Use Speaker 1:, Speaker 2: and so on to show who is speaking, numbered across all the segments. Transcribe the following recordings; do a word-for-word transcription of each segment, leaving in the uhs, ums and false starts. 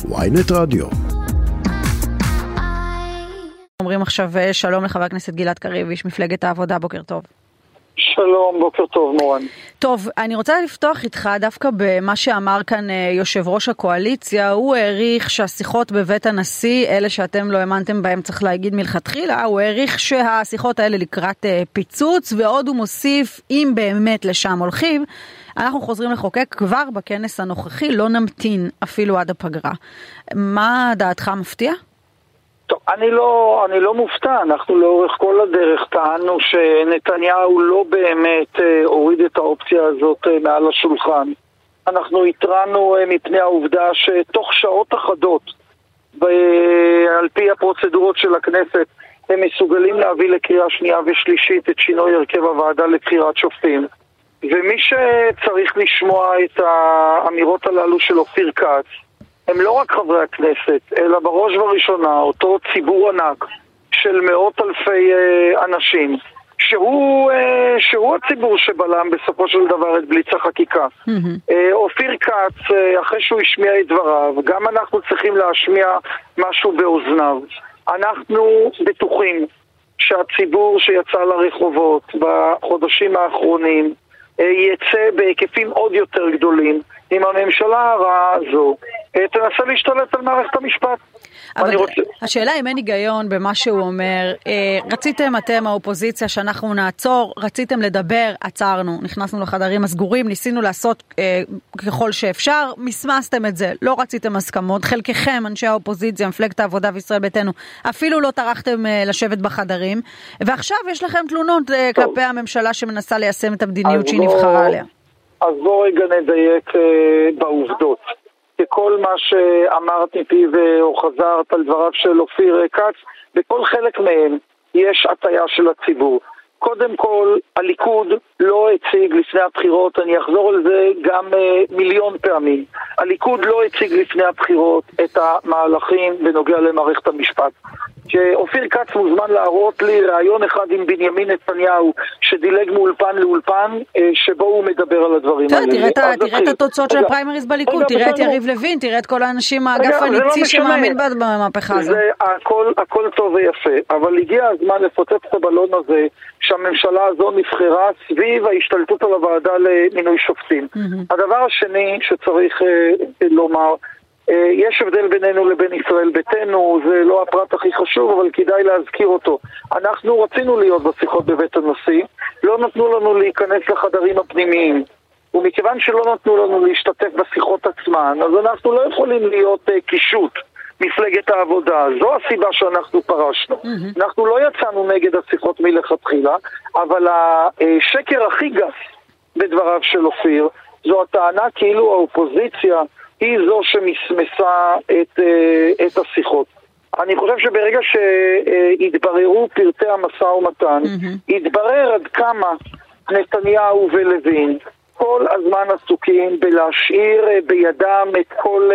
Speaker 1: וויינט רדיו.
Speaker 2: אומרים עכשיו שלום לחבר הכנסת גלעד קריב, איש מפלגת העבודה, בוקר טוב.
Speaker 3: שלום, בוקר טוב מורן.
Speaker 2: טוב, אני רוצה לפתוח איתך דווקא במה שאמר כאן יושב ראש הקואליציה. הוא העריך שהשיחות בבית הנשיא, אלה שאתם לא האמנתם בהם צריך להגיד מלכתחילה, הוא העריך שהשיחות האלה לקראת פיצוץ, ועוד הוא מוסיף, אם באמת לשם הולכים, אנחנו חוזרים לחוקק כבר בכנס הנוכחי, לא נמתין אפילו עד הפגרה. מה דעתך מפתיע?
Speaker 3: טוב, אני לא, אני לא מופתע. אנחנו לאורך כל הדרך טענו שנתניהו לא באמת אה, הוריד את האופציה הזאת אה, מעל השולחן. אנחנו התרענו אה, מפני העובדה שתוך שעות אחדות, ב- על פי הפרוצדורות של הכנסת, הם מסוגלים להביא לקריאה שנייה ושלישית את שינוי הרכב הוועדה לבחירת שופטים. ומי שצריך לשמוע את האמירות הללו של אופיר כץ, הם לא רק חברי הכנסת, אלא בראש ובראשונה אותו ציבור ענק של מאות אלפי אה, אנשים, שהוא, אה, שהוא הציבור שבלם בסופו של דבר את בליץ החקיקה. Mm-hmm. אה, אופיר כץ, אה, אחרי שהוא השמיע את דבריו, גם אנחנו צריכים להשמיע משהו באוזניו. אנחנו בטוחים שהציבור שיצא לרחובות בחודשים האחרונים אה, יצא בהיקפים עוד יותר גדולים, אם הממשלה הרעה הזו תנסה להשתלט על מערכת המשפט.
Speaker 2: אבל רוצה... השאלה אם אין היגיון במה שהוא אומר, רציתם אתם האופוזיציה שאנחנו נעצור, רציתם לדבר, עצרנו, נכנסנו לחדרים הסגורים, ניסינו לעשות ככל שאפשר, מסמסתם את זה, לא רציתם הסכמות, חלקכם אנשי האופוזיציה, מפלגת העבודה וישראל ביתנו, אפילו לא טרחתם לשבת בחדרים, ועכשיו יש לכם תלונות כלפי הממשלה שמנסה ליישם את המדיניות שהיא נבחרה עליה.
Speaker 3: אז בוא רגע נדייק בעובדות. כל מה שאמרת מפי או חזרת על דבריו של אופיר כץ, בכל חלק מהם יש הטעיה של הציבור. קודם כל, הליכוד לא הציג לפני הבחירות, אני אחזור על זה גם מיליון פעמים, הליכוד לא הציג לפני הבחירות את המהלכים בנוגע למערכת המשפט. שאופיר כץ מוזמן להראות לי רעיון אחד עם בנימין נתניהו שדילג מאולפן לאולפן שבו הוא מדבר על הדברים האלה.
Speaker 2: תראה את התוצאות של הפריימריז בליכוד, תראה את יריב לוין, תראה את כל האנשים מהאגף הניצי שמאמין במהפכה הזו.
Speaker 3: הכל טוב ויפה, אבל הגיע הזמן לפוצץ את הבלון הזה שהממשלה הזו נבחרה סביב ההשתלטות על הוועדה למינוי שופטים. הדבר השני שצריך לומר, יש הבדל בינינו לבין ישראל ביתנו, זה לא הפרט הכי חשוב, אבל כדאי להזכיר אותו. אנחנו רצינו להיות בשיחות בבית הנשיא, לא נתנו לנו להיכנס לחדרים הפנימיים, ומכיוון שלא נתנו לנו להשתתף בשיחות עצמן, אז אנחנו לא יכולים להיות uh, קישוט מפלגת העבודה. זו הסיבה שאנחנו פרשנו. Mm-hmm. אנחנו לא יצאנו נגד השיחות מלכתחילה, אבל השקר הכי גס בדבריו של אופיר, זו הטענה כאילו האופוזיציה היא זו שמסמסה את, את השיחות. אני חושב שברגע שהתבררו פרטי המשא ומתן, mm-hmm. התברר עד כמה נתניהו ולוין כל הזמן עסוקים בלהשאיר בידם את כל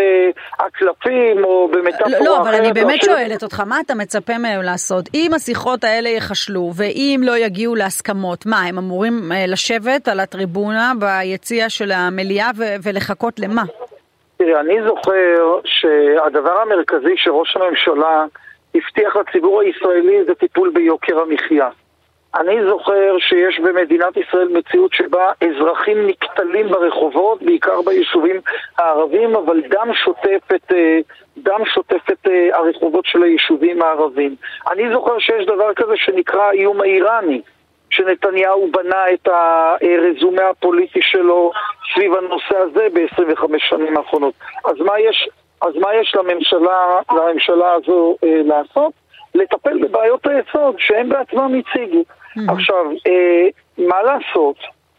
Speaker 3: הקלפים או במטאפורה אחרת.
Speaker 2: לא, אבל אני באמת שואלת אותך, מה אתה מצפה מהם לעשות? אם השיחות האלה יחשלו ואם לא יגיעו להסכמות, מה, הם אמורים לשבת על הטריבונה ביציע של המליאה ולחכות למה?
Speaker 3: תראה, אני זוכר שהדבר המרכזי שראש הממשלה הבטיח לציבור הישראלי זה טיפול ביוקר המחיה. אני זוכר שיש במדינת ישראל מציאות שבה אזרחים נקטלים ברחובות, בעיקר ביישובים הערבים, אבל דם שוטף את, דם שוטף את הרחובות של היישובים הערבים. אני זוכר שיש דבר כזה שנקרא האיום האיראני, שנתניהו בנה את הרזומה הפוליטי שלו סביב הנושא הזה ב-עשרים וחמש שנים האחרונות. אז מה יש, אז מה יש לממשלה, לממשלה הזו אה, לעשות? לטפל בבעיות היסוד שהם בעצמם הציגו. Mm-hmm. עכשיו, אה, מה לעשות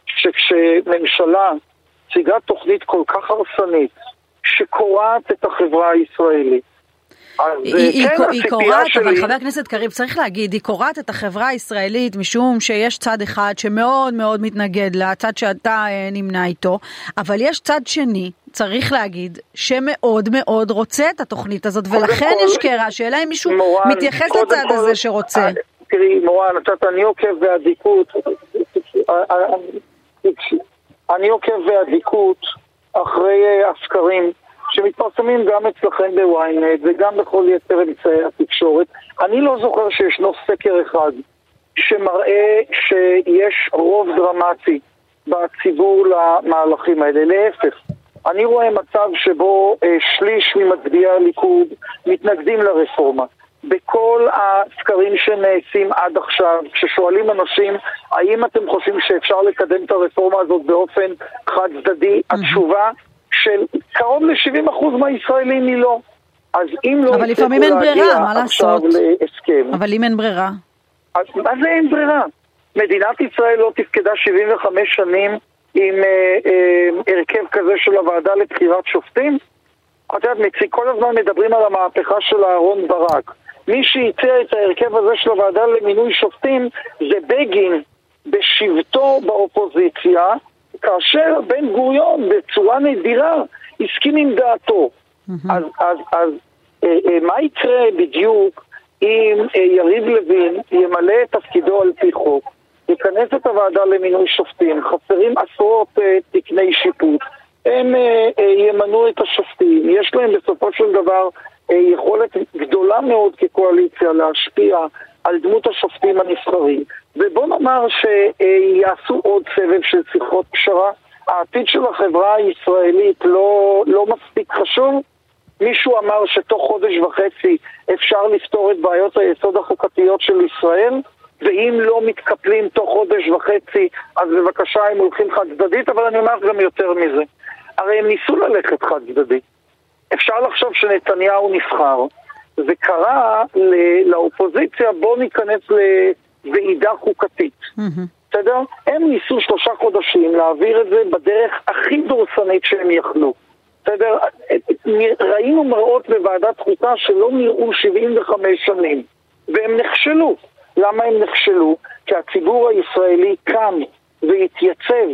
Speaker 3: שכשממשלה ציגה תוכנית כל כך הרסנית שקורעת את החברה הישראלית,
Speaker 2: היא קוראת, אבל חבר הכנסת קריב צריך להגיד, היא קוראת את החברה הישראלית משום שיש צד אחד שמאוד מאוד מתנגד לצד שאתה נמנע איתו, אבל יש צד שני, צריך להגיד, שמאוד מאוד רוצה את התוכנית הזאת, ולכן יש קרע, שאלה אם מישהו מתייחס לצד הזה שרוצה.
Speaker 3: תראי, מורן, אני עוקב בעדיקות, אני עוקב בעדיקות אחרי הסקרים שמתפרסמים גם אצלכם בוויינט וגם בכל יתר אמצעי התקשורת, אני לא זוכר שישנו סקר אחד שמראה שיש רוב דרמטי בציבור למהלכים האלה. להפך, אני רואה מצב שבו אה, שליש ממצביעי הליכוד מתנגדים לרפורמה. בכל הסקרים שנעשים עד עכשיו, כששואלים אנשים האם אתם חושבים שאפשר לקדם את הרפורמה הזאת באופן חד צדדי, mm-hmm. התשובה של קרוב ל-שבעים אחוז מהישראלים היא לא. אז אם לא...
Speaker 2: אבל לפעמים אין ברירה, מה לעשות?
Speaker 3: להסכם,
Speaker 2: אבל אם אין ברירה?
Speaker 3: אז מה זה אין ברירה? מדינת ישראל לא תפקדה שבעים וחמש שנים עם אה, אה, הרכב כזה של הוועדה לבחירת שופטים? את יודעת, מצי, כל הזמן מדברים על המהפכה של אהרון ברק. מי שהציע את ההרכב הזה של הוועדה למינוי שופטים זה בגין בשבתו באופוזיציה, כאשר בן גוריון בצורה נדירה הסכים עם דעתו. Mm-hmm. אז, אז, אז אה, אה, מה יקרה בדיוק אם אה, יריב לוין ימלא את תפקידו על פי חוק, יכנס את הוועדה למינוי שופטים, חסרים עשרות אה, תקני שיפוט, הם אה, אה, ימנו את השופטים, יש להם בסופו של דבר אה, יכולת גדולה מאוד כקואליציה להשפיע על דמות השופטים הנבחרים, ובוא נאמר שיעשו עוד סבב של שיחות פשרה. העתיד של החברה הישראלית לא, לא מספיק חשוב. מישהו אמר שתוך חודש וחצי אפשר לפתור את בעיות היסוד החוקתיות של ישראל, ואם לא מתקפלים תוך חודש וחצי אז בבקשה הם הולכים חד צדדית. אבל אני אומר גם יותר מזה, הרי הם ניסו ללכת חד צדדית. אפשר לחשוב שנתניהו נבחר וקרא לאופוזיציה בוא ניכנס לוועידה חוקתית. בסדר? הם ניסו שלושה חודשים להעביר את זה בדרך הכי דורסנית שהם יכלו. בסדר? ראינו מראות בוועדת חוקה שלא נראו שבעים וחמש שנים, והם נכשלו. למה הם נכשלו? כי הציבור הישראלי קם והתייצב.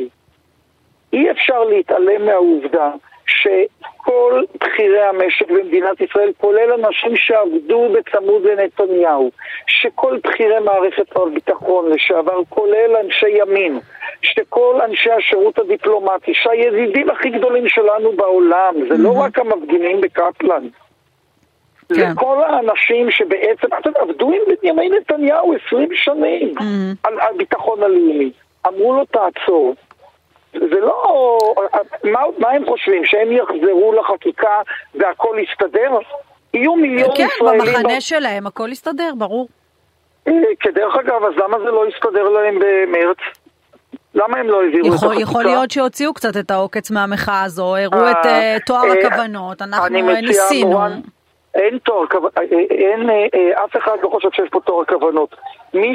Speaker 3: אי אפשר להתעלם מהעובדה שכל בחירי המשק במדינת ישראל, כולל אנשים שעבדו בצמוד לנתניהו, שכל בחירי מערכת הביטחון לשעבר, כולל אנשי ימין, שכל אנשי השירות הדיפלומטי, שהידידים הכי גדולים שלנו בעולם, זה mm-hmm. לא רק המפגינים בקפלן, כן. זה כל האנשים שבעצם עבדו עם בנימין נתניהו עשרים שנים mm-hmm. על הביטחון הלאומי, אמרו לו תעצור. זה לא... מה, מה הם חושבים? שהם יחזרו לחקיקה והכל יסתדר? יהיו מיליון
Speaker 2: כן,
Speaker 3: ישראלים...
Speaker 2: כן, במחנה ב... שלהם הכל יסתדר, ברור.
Speaker 3: כדרך אגב, אז למה זה לא יסתדר להם במרץ? למה הם לא העבירו את החקיקה?
Speaker 2: יכול להיות שהוציאו קצת את העוקץ מהמחאה הזו, הראו את תואר הכוונות, אנחנו ניסינו.
Speaker 3: אין תואר כוונות, אין, אף אחד לא חושב שיש פה תואר הכוונות. מי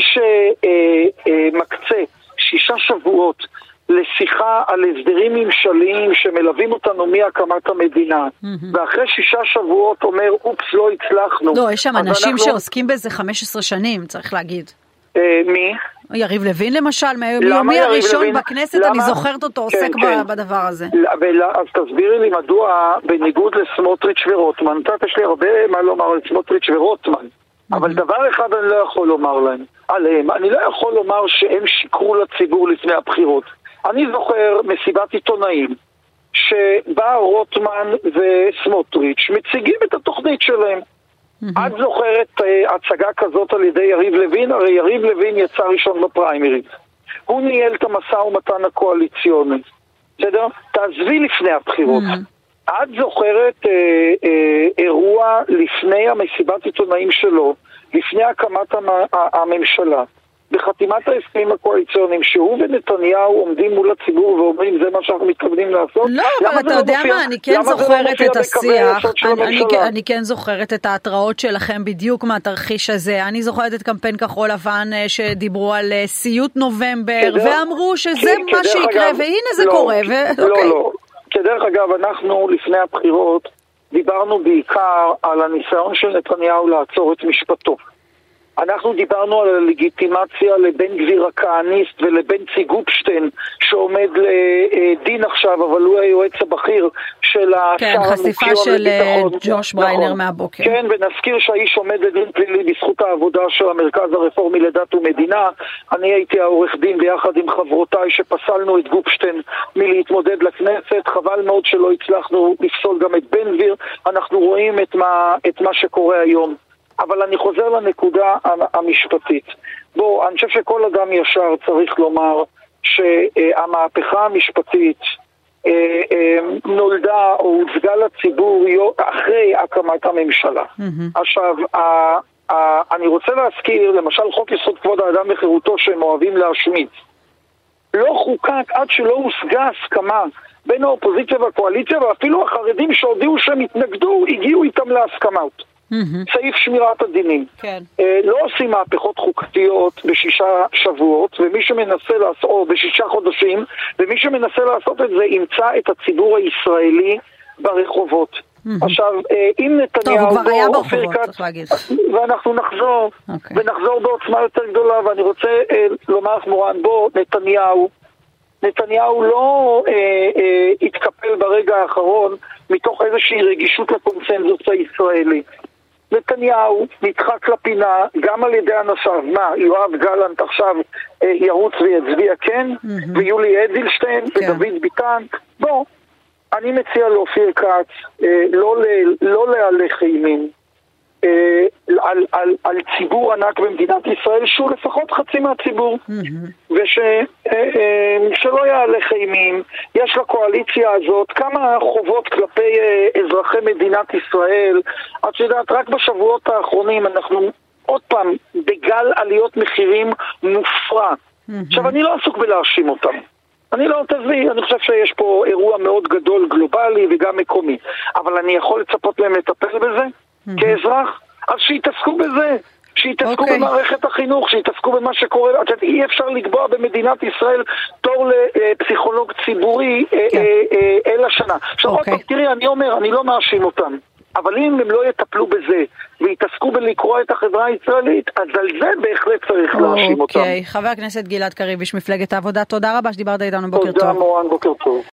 Speaker 3: שמקצה שישה שבועות לשיחה על הסדרים ממשליים שמלווים אותנו מהקמת המדינה, mm-hmm. ואחרי שישה שבועות אומר, אופס, לא הצלחנו.
Speaker 2: לא, יש שם אנשים אנחנו... שעוסקים בזה חמש עשרה שנים, צריך להגיד.
Speaker 3: אה, מי?
Speaker 2: יריב לוין למשל, מיומי הראשון לוין? בכנסת, למה? אני זוכרת אותו כן, עוסק כן. בדבר הזה.
Speaker 3: ולה, אז תסבירי לי מדוע, בניגוד לסמוטריץ' ורוטמן, יש לי הרבה מה לומר על סמוטריץ' ורוטמן, mm-hmm. אבל דבר אחד אני לא יכול לומר להם, עליהם, אני לא יכול לומר שהם שיקרו לציבור לפני הבחירות. אני זוכר מסיבת עיתונאים שבה רוטמן וסמוטריץ' מציגים את התוכנית שלהם. Mm-hmm. את זוכרת uh, הצגה כזאת על ידי יריב לוין? הרי יריב לוין יצא ראשון בפריימריז. הוא ניהל את המשא ומתן הקואליציוני. בסדר? תעזבי לפני הבחירות. Mm-hmm. את זוכרת uh, uh, אירוע לפני המסיבת עיתונאים שלו, לפני הקמת המ- הממשלה. בחתימת ההסכמים הקואליציוניים, שהוא ונתניהו עומדים מול הציבור ואומרים, זה מה שאנחנו מתכוונים לעשות.
Speaker 2: לא, אבל אתה יודע מה, אני כן זוכרת את השיח, אני כן זוכרת את ההתראות שלכם בדיוק מהתרחיש הזה, אני זוכרת את קמפיין כחול לבן שדיברו על סיוט נובמבר, ואמרו שזה מה שיקרה, והנה זה קורה.
Speaker 3: לא, לא. כדרך אגב, אנחנו לפני הבחירות דיברנו בעיקר על הניסיון של נתניהו לעצור את משפטו. אנחנו דיברנו על הלגיטימציה לבן גביר הכהניסט ולבן צי גופשטיין שעומד לדין עכשיו, אבל הוא היועץ הבכיר של השר
Speaker 2: כן, חשיפה של ג'וש בריינר נכון. מהבוקר.
Speaker 3: כן, ונזכיר שהאיש עומד לדין פלילי בזכות העבודה של המרכז הרפורמי לדת ומדינה. אני הייתי העורך דין ביחד עם חברותיי שפסלנו את גופשטיין מלהתמודד לכנסת. חבל מאוד שלא הצלחנו לפסול גם את בן גביר. אנחנו רואים את מה, את מה שקורה היום. אבל אני חוזר לנקודה המשפטית. בוא, אני חושב שכל אדם ישר צריך לומר שהמהפכה המשפטית נולדה או הוצגה לציבור אחרי הקמת הממשלה. Mm-hmm. עכשיו, אני רוצה להזכיר, למשל חוק יסוד כבוד האדם וחירותו שהם אוהבים להשמיץ. לא חוקק עד שלא הושגה הסכמה בין האופוזיציה והקואליציה, ואפילו החרדים שהודיעו שהם התנגדו, הגיעו איתם להסכמות. Mm-hmm. סעיף שמירת הדינים. כן. אה, לא עושים מהפכות חוקתיות בשישה שבועות, ומי שמנסה לעשות, או בשישה חודשים, ומי שמנסה לעשות את זה ימצא את הציבור הישראלי ברחובות. Mm-hmm. עכשיו, אה, אם נתניהו...
Speaker 2: טוב, הוא כבר היה ברחובות, צריך להגיד.
Speaker 3: ואנחנו נחזור, okay. ונחזור בעוצמה יותר גדולה, ואני רוצה אה, לומר לך מורן, בוא, נתניהו, נתניהו לא אה, אה, התקפל ברגע האחרון מתוך איזושהי רגישות לקונסנזוס הישראלי. נתניהו נדחק לפינה גם על ידי אנשיו. מה, יואב גלנט עכשיו אה, ירוץ ויצביע כן? Mm-hmm. ויולי אדלשטיין כן. ודוד ביטן? בוא, אני מציע לאופיר כץ אה, לא, ל, לא להלך אימים אה, על, על, על ציבור ענק במדינת ישראל שהוא לפחות חצי מהציבור. Mm-hmm. ושלא אה, אה, יהלך אימים. יש לקואליציה הזאת כמה חובות כלפי אה, אזרחי מדינת ישראל. את יודעת, רק בשבועות האחרונים אנחנו עוד פעם בגל עליות מחירים מופרע. Mm-hmm. עכשיו, אני לא עסוק בלהאשים אותם. אני לא תזי, אני חושב שיש פה אירוע מאוד גדול גלובלי וגם מקומי. אבל אני יכול לצפות להם לטפל בזה mm-hmm. כאזרח, אז שיתעסקו בזה. שיתעסקו okay. במערכת החינוך, שיתעסקו במה שקורה. אי אפשר לקבוע במדינת ישראל תור לפסיכולוג ציבורי okay. אל השנה. עכשיו, okay. עוד תראי, אני אומר, אני לא מאשים אותם. אבל אם הם לא יטפלו בזה ויתעסקו בלקרוא את החברה הישראלית, אז על זה בהחלט צריך להאשים אותם.
Speaker 2: אוקיי, חבר הכנסת גלעד קריב, איש מפלגת העבודה, תודה רבה שדיברת איתנו, בוקר טוב.
Speaker 3: תודה מורן, בוקר טוב.